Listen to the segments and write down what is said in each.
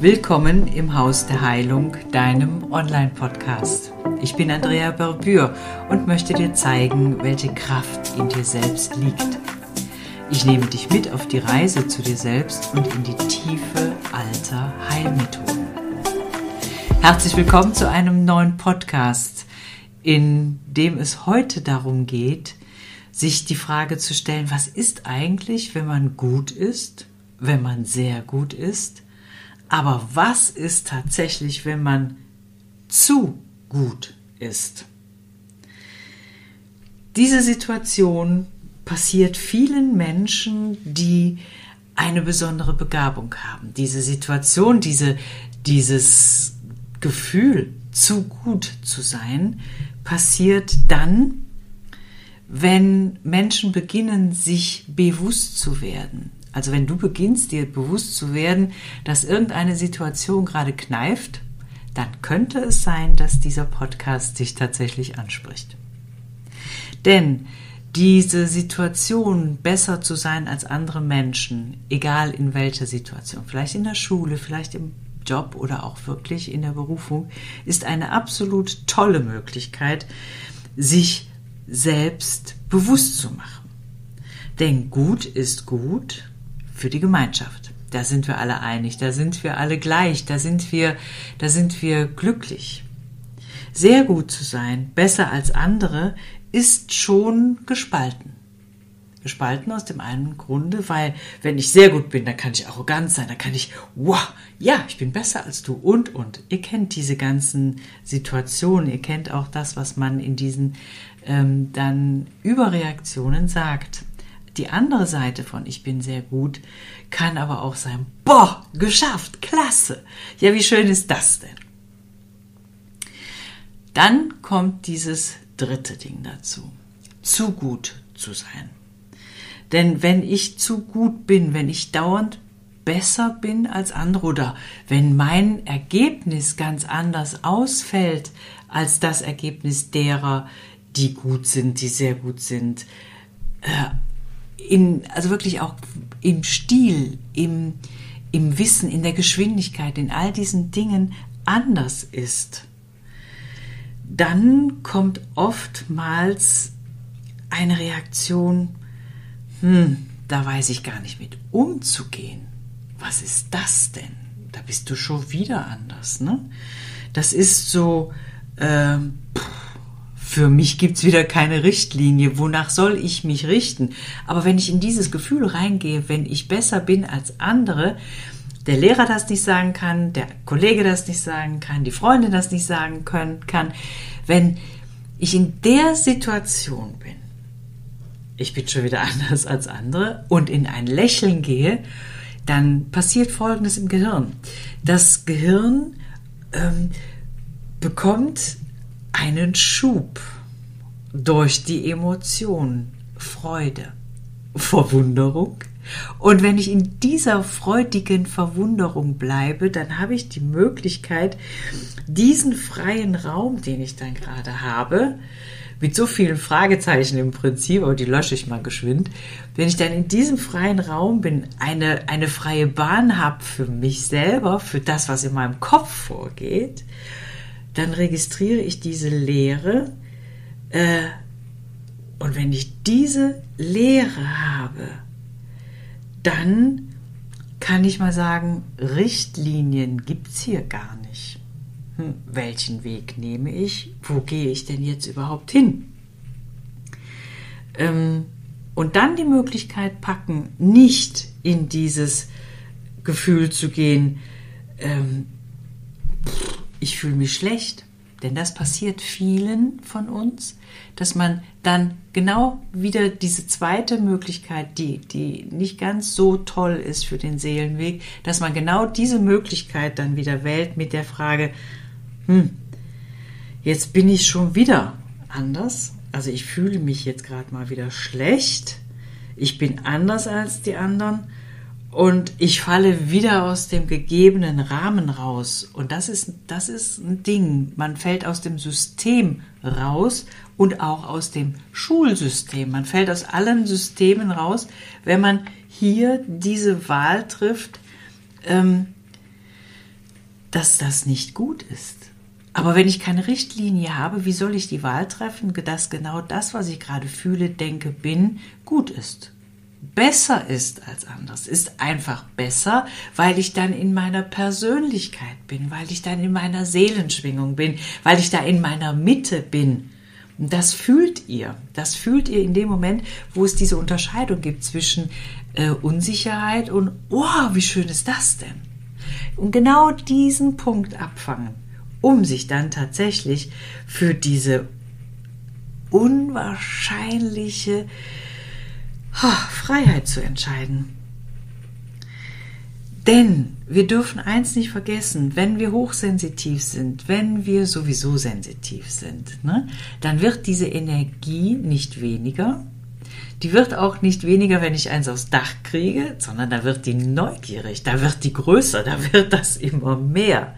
Willkommen im Haus der Heilung, deinem Online-Podcast. Ich bin Andrea Berbür und möchte dir zeigen, welche Kraft in dir selbst liegt. Ich nehme dich mit auf die Reise zu dir selbst und in die Tiefe alter Heilmethoden. Herzlich willkommen zu einem neuen Podcast, in dem es heute darum geht, sich die Frage zu stellen, was ist eigentlich, wenn man gut ist, wenn man sehr gut ist, aber was ist tatsächlich, wenn man zu gut ist? Diese Situation passiert vielen Menschen, die eine besondere Begabung haben. Diese Situation, dieses Gefühl, zu gut zu sein, passiert dann, wenn Menschen beginnen, sich bewusst zu werden. Also wenn du beginnst, dir bewusst zu werden, dass irgendeine Situation gerade kneift, dann könnte es sein, dass dieser Podcast dich tatsächlich anspricht. Denn diese Situation, besser zu sein als andere Menschen, egal in welcher Situation, vielleicht in der Schule, vielleicht im Job oder auch wirklich in der Berufung, ist eine absolut tolle Möglichkeit, sich selbst bewusst zu machen. Denn gut ist gut für die Gemeinschaft. Da sind wir alle einig, da sind wir alle gleich, da sind wir glücklich. Sehr gut zu sein, besser als andere, ist schon gespalten. Gespalten aus dem einen Grunde, weil wenn ich sehr gut bin, dann kann ich arrogant sein, dann kann ich, wow, ja, ich bin besser als du und. Ihr kennt diese ganzen Situationen, ihr kennt auch das, was man in diesen dann Überreaktionen sagt. Die andere Seite von ich bin sehr gut kann aber auch sein, boah, geschafft, klasse. Ja, wie schön ist das denn? Dann kommt dieses dritte Ding dazu, zu gut zu sein. Denn wenn ich zu gut bin, wenn ich dauernd besser bin als andere oder wenn mein Ergebnis ganz anders ausfällt als das Ergebnis derer, die gut sind, die sehr gut sind, also wirklich auch im Stil, im Wissen, in der Geschwindigkeit, in all diesen Dingen anders ist, dann kommt oftmals eine Reaktion, da weiß ich gar nicht mit umzugehen. Was ist das denn? Da bist du schon wieder anders, ne? Das ist so, für mich gibt's wieder keine Richtlinie. Wonach soll ich mich richten? Aber wenn ich in dieses Gefühl reingehe, wenn ich besser bin als andere, der Lehrer das nicht sagen kann, der Kollege das nicht sagen kann, die Freundin das nicht sagen kann, wenn ich in der Situation bin, ich bin schon wieder anders als andere und in ein Lächeln gehe, dann passiert Folgendes im Gehirn. Das Gehirn bekommt einen Schub durch die Emotion Freude, Verwunderung. Und wenn ich in dieser freudigen Verwunderung bleibe, dann habe ich die Möglichkeit, diesen freien Raum, den ich dann gerade habe, mit so vielen Fragezeichen im Prinzip, aber die lösche ich mal geschwind, wenn ich dann in diesem freien Raum bin, eine freie Bahn habe für mich selber, für das, was in meinem Kopf vorgeht, dann registriere ich diese Leere und wenn ich diese Leere habe, dann kann ich mal sagen, Richtlinien gibt's hier gar nicht. Welchen Weg nehme ich? Wo gehe ich denn jetzt überhaupt hin? Und dann die Möglichkeit packen, nicht in dieses Gefühl zu gehen, ich fühle mich schlecht, denn das passiert vielen von uns, dass man dann genau wieder diese zweite Möglichkeit, die nicht ganz so toll ist für den Seelenweg, dass man genau diese Möglichkeit dann wieder wählt mit der Frage, jetzt bin ich schon wieder anders, also ich fühle mich jetzt gerade mal wieder schlecht, ich bin anders als die anderen und ich falle wieder aus dem gegebenen Rahmen raus. Und das ist ein Ding. Man fällt aus dem System raus und auch aus dem Schulsystem. Man fällt aus allen Systemen raus, wenn man hier diese Wahl trifft, dass das nicht gut ist. Aber wenn ich keine Richtlinie habe, wie soll ich die Wahl treffen, dass genau das, was ich gerade fühle, denke, bin, gut ist? Besser ist als anders, ist einfach besser, weil ich dann in meiner Persönlichkeit bin, weil ich dann in meiner Seelenschwingung bin, weil ich da in meiner Mitte bin. Und das fühlt ihr in dem Moment, wo es diese Unterscheidung gibt zwischen Unsicherheit und, oh, wie schön ist das denn? Und genau diesen Punkt abfangen, um sich dann tatsächlich für diese unwahrscheinliche Freiheit zu entscheiden. Denn wir dürfen eins nicht vergessen, wenn wir hochsensitiv sind, wenn wir sowieso sensitiv sind, ne, dann wird diese Energie nicht weniger. Die wird auch nicht weniger, wenn ich eins aufs Dach kriege, sondern da wird die neugierig, da wird die größer, da wird das immer mehr.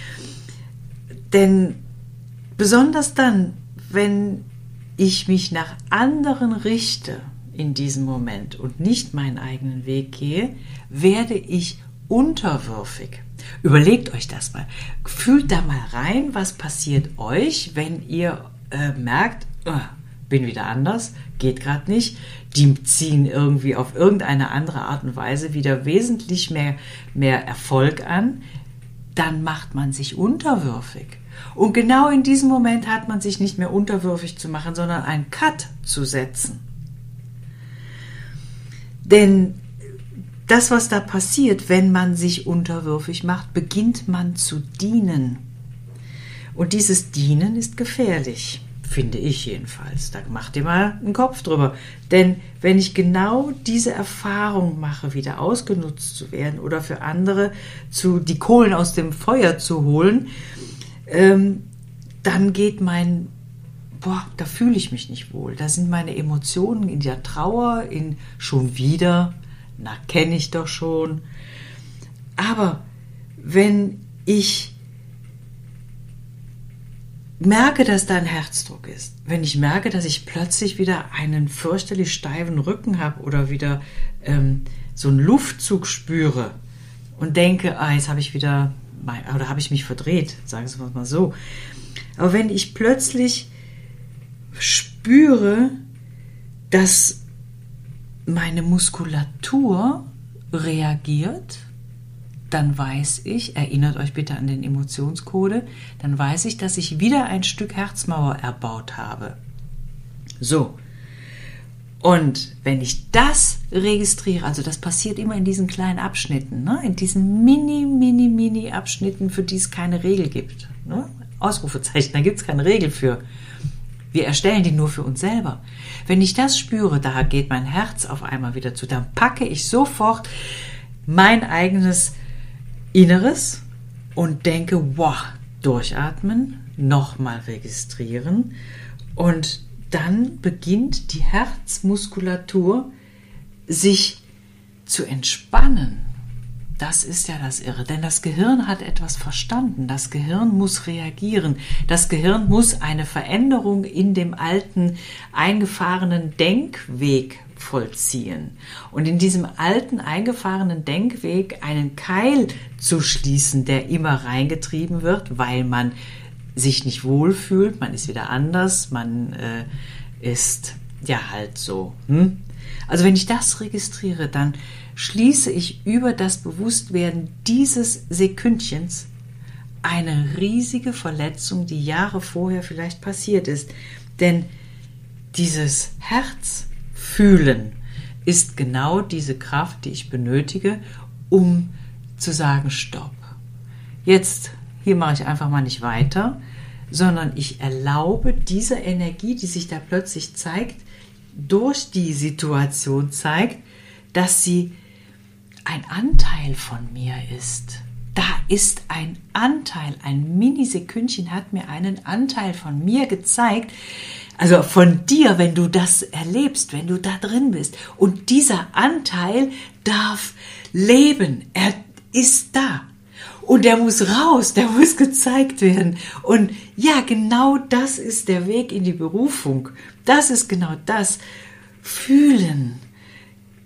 Denn besonders dann, wenn ich mich nach anderen richte in diesem Moment und nicht meinen eigenen Weg gehe, werde ich unterwürfig. Überlegt euch das mal. Fühlt da mal rein, was passiert euch, wenn ihr merkt, bin wieder anders, geht gerade nicht. Die ziehen irgendwie auf irgendeine andere Art und Weise wieder wesentlich mehr Erfolg an. Dann macht man sich unterwürfig. Und genau in diesem Moment hat man sich nicht mehr unterwürfig zu machen, sondern einen Cut zu setzen. Denn das, was da passiert, wenn man sich unterwürfig macht, beginnt man zu dienen. Und dieses Dienen ist gefährlich, finde ich jedenfalls. Da macht ihr mal einen Kopf drüber. Denn wenn ich genau diese Erfahrung mache, wieder ausgenutzt zu werden oder für andere die Kohlen aus dem Feuer zu holen, dann geht da fühle ich mich nicht wohl. Da sind meine Emotionen in der Trauer, in schon wieder, kenne ich doch schon. Aber wenn ich merke, dass da ein Herzdruck ist, wenn ich merke, dass ich plötzlich wieder einen fürchterlich steifen Rücken habe oder wieder so einen Luftzug spüre und denke, jetzt habe ich wieder, oder habe ich mich verdreht, sagen Sie mal so. Aber wenn ich plötzlich spüre, dass meine Muskulatur reagiert, dann weiß ich, erinnert euch bitte an den Emotionscode, dann weiß ich, dass ich wieder ein Stück Herzmauer erbaut habe. So. Und wenn ich das registriere, also das passiert immer in diesen kleinen Abschnitten, ne? In diesen mini Abschnitten, für die es keine Regel gibt. Ne? Ausrufezeichen, da gibt es keine Regel für. Wir erstellen die nur für uns selber. Wenn ich das spüre, da geht mein Herz auf einmal wieder zu, dann packe ich sofort mein eigenes Inneres und denke, wow, durchatmen, nochmal registrieren und dann beginnt die Herzmuskulatur sich zu entspannen. Das ist ja das Irre, denn das Gehirn hat etwas verstanden. Das Gehirn muss reagieren. Das Gehirn muss eine Veränderung in dem alten, eingefahrenen Denkweg vollziehen. Und in diesem alten, eingefahrenen Denkweg einen Keil zu schließen, der immer reingetrieben wird, weil man sich nicht wohlfühlt, man ist wieder anders, man ist ja halt so. Also wenn ich das registriere, dann schließe ich über das Bewusstwerden dieses Sekündchens eine riesige Verletzung, die Jahre vorher vielleicht passiert ist. Denn dieses Herzfühlen ist genau diese Kraft, die ich benötige, um zu sagen, stopp. Jetzt, hier mache ich einfach mal nicht weiter, sondern ich erlaube dieser Energie, die sich da plötzlich zeigt, durch die Situation zeigt, dass sie ein Anteil von mir ist. Da ist ein Anteil, ein Minisekündchen hat mir einen Anteil von mir gezeigt, also von dir, wenn du das erlebst, wenn du da drin bist. Und dieser Anteil darf leben, er ist da. Und der muss raus, der muss gezeigt werden. Und ja, genau das ist der Weg in die Berufung. Das ist genau das. Fühlen.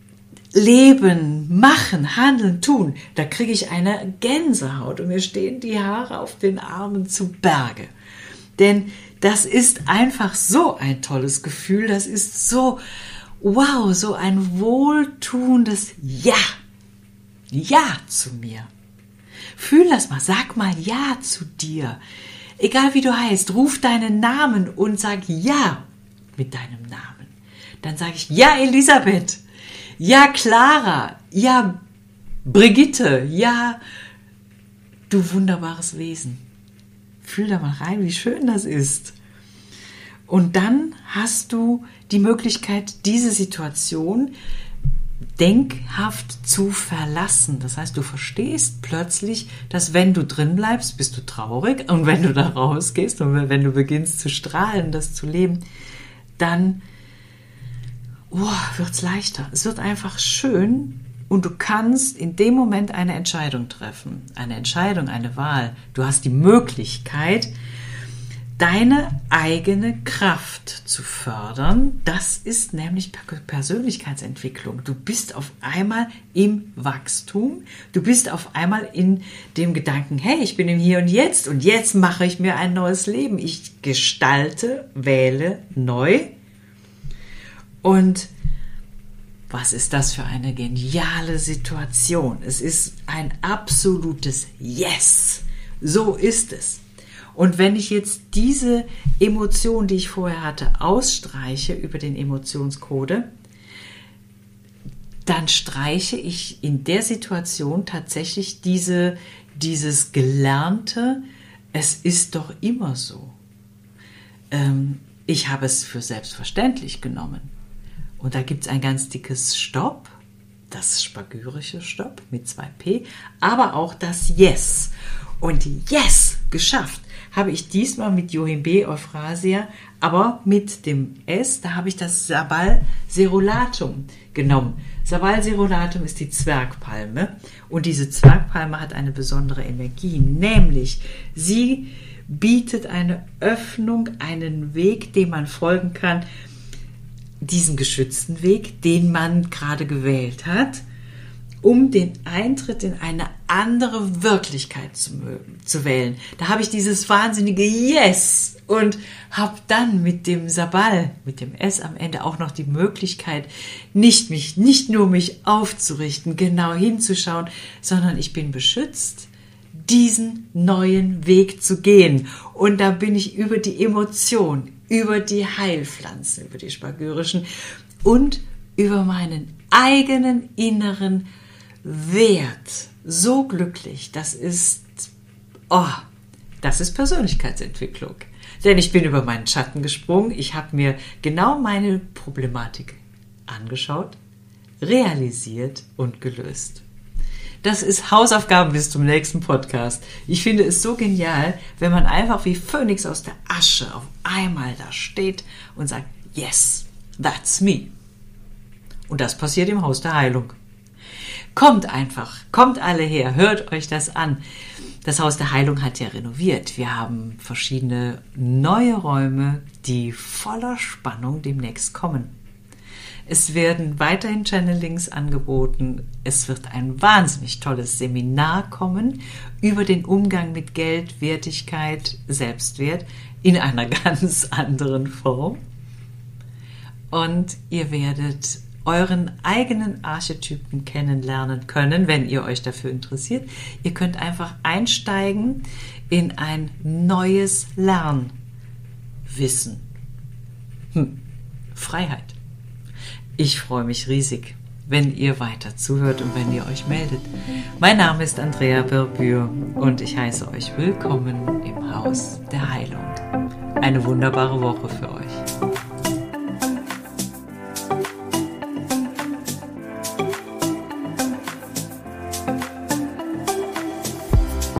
leben, machen, handeln, tun, da kriege ich eine Gänsehaut und mir stehen die Haare auf den Armen zu Berge. Denn das ist einfach so ein tolles Gefühl, das ist so, wow, so ein wohltuendes Ja zu mir. Fühl das mal, sag mal Ja zu dir. Egal wie du heißt, ruf deinen Namen und sag Ja mit deinem Namen. Dann sage ich Ja Elisabeth, Ja Clara, Ja Brigitte, Ja du wunderbares Wesen. Fühl da mal rein, wie schön das ist. Und dann hast du die Möglichkeit, diese Situation denkhaft zu verlassen. Das heißt, du verstehst plötzlich, dass wenn du drin bleibst, bist du traurig und wenn du da rausgehst und wenn du beginnst zu strahlen, das zu leben, dann wird es leichter. Es wird einfach schön und du kannst in dem Moment eine Entscheidung treffen. Eine Entscheidung, eine Wahl. Du hast die Möglichkeit, deine eigene Kraft zu fördern. Das ist nämlich Persönlichkeitsentwicklung. Du bist auf einmal im Wachstum. Du bist auf einmal in dem Gedanken, hey, ich bin im Hier und jetzt mache ich mir ein neues Leben. Ich gestalte, wähle neu. Und was ist das für eine geniale Situation? Es ist ein absolutes Yes. So ist es. Und wenn ich jetzt diese Emotion, die ich vorher hatte, ausstreiche über den Emotionscode, dann streiche ich in der Situation tatsächlich dieses Gelernte, es ist doch immer so. Ich habe es für selbstverständlich genommen. Und da gibt es ein ganz dickes Stopp, das spagyrische Stopp mit 2P, aber auch das Yes. Und Yes, geschafft, habe ich diesmal mit Yohimbe Euphrasia, aber mit dem S, da habe ich das Sabal Cerulatum genommen. Sabal Cerulatum ist die Zwergpalme und diese Zwergpalme hat eine besondere Energie, nämlich sie bietet eine Öffnung, einen Weg, dem man folgen kann, diesen geschützten Weg, den man gerade gewählt hat, um den Eintritt in eine andere Wirklichkeit zu wählen. Da habe ich dieses wahnsinnige Yes und habe dann mit dem Sabal, mit dem S am Ende auch noch die Möglichkeit, nicht nur mich aufzurichten, genau hinzuschauen, sondern ich bin beschützt, diesen neuen Weg zu gehen. Und da bin ich über die Emotion, über die Heilpflanzen, über die spagyrischen und über meinen eigenen inneren Wert so glücklich. Das ist Persönlichkeitsentwicklung. Denn ich bin über meinen Schatten gesprungen. Ich habe mir genau meine Problematik angeschaut, realisiert und gelöst. Das ist Hausaufgaben bis zum nächsten Podcast. Ich finde es so genial, wenn man einfach wie Phönix aus der Asche auf einmal da steht und sagt, yes, that's me. Und das passiert im Haus der Heilung. Kommt einfach, kommt alle her, hört euch das an. Das Haus der Heilung hat ja renoviert. Wir haben verschiedene neue Räume, die voller Spannung demnächst kommen. Es werden weiterhin Channelings angeboten. Es wird ein wahnsinnig tolles Seminar kommen über den Umgang mit Geld, Wertigkeit, Selbstwert in einer ganz anderen Form. Und ihr werdet euren eigenen Archetypen kennenlernen können, wenn ihr euch dafür interessiert. Ihr könnt einfach einsteigen in ein neues Lernwissen. Freiheit. Ich freue mich riesig, wenn ihr weiter zuhört und wenn ihr euch meldet. Mein Name ist Andrea Birbür und ich heiße euch willkommen im Haus der Heilung. Eine wunderbare Woche für euch.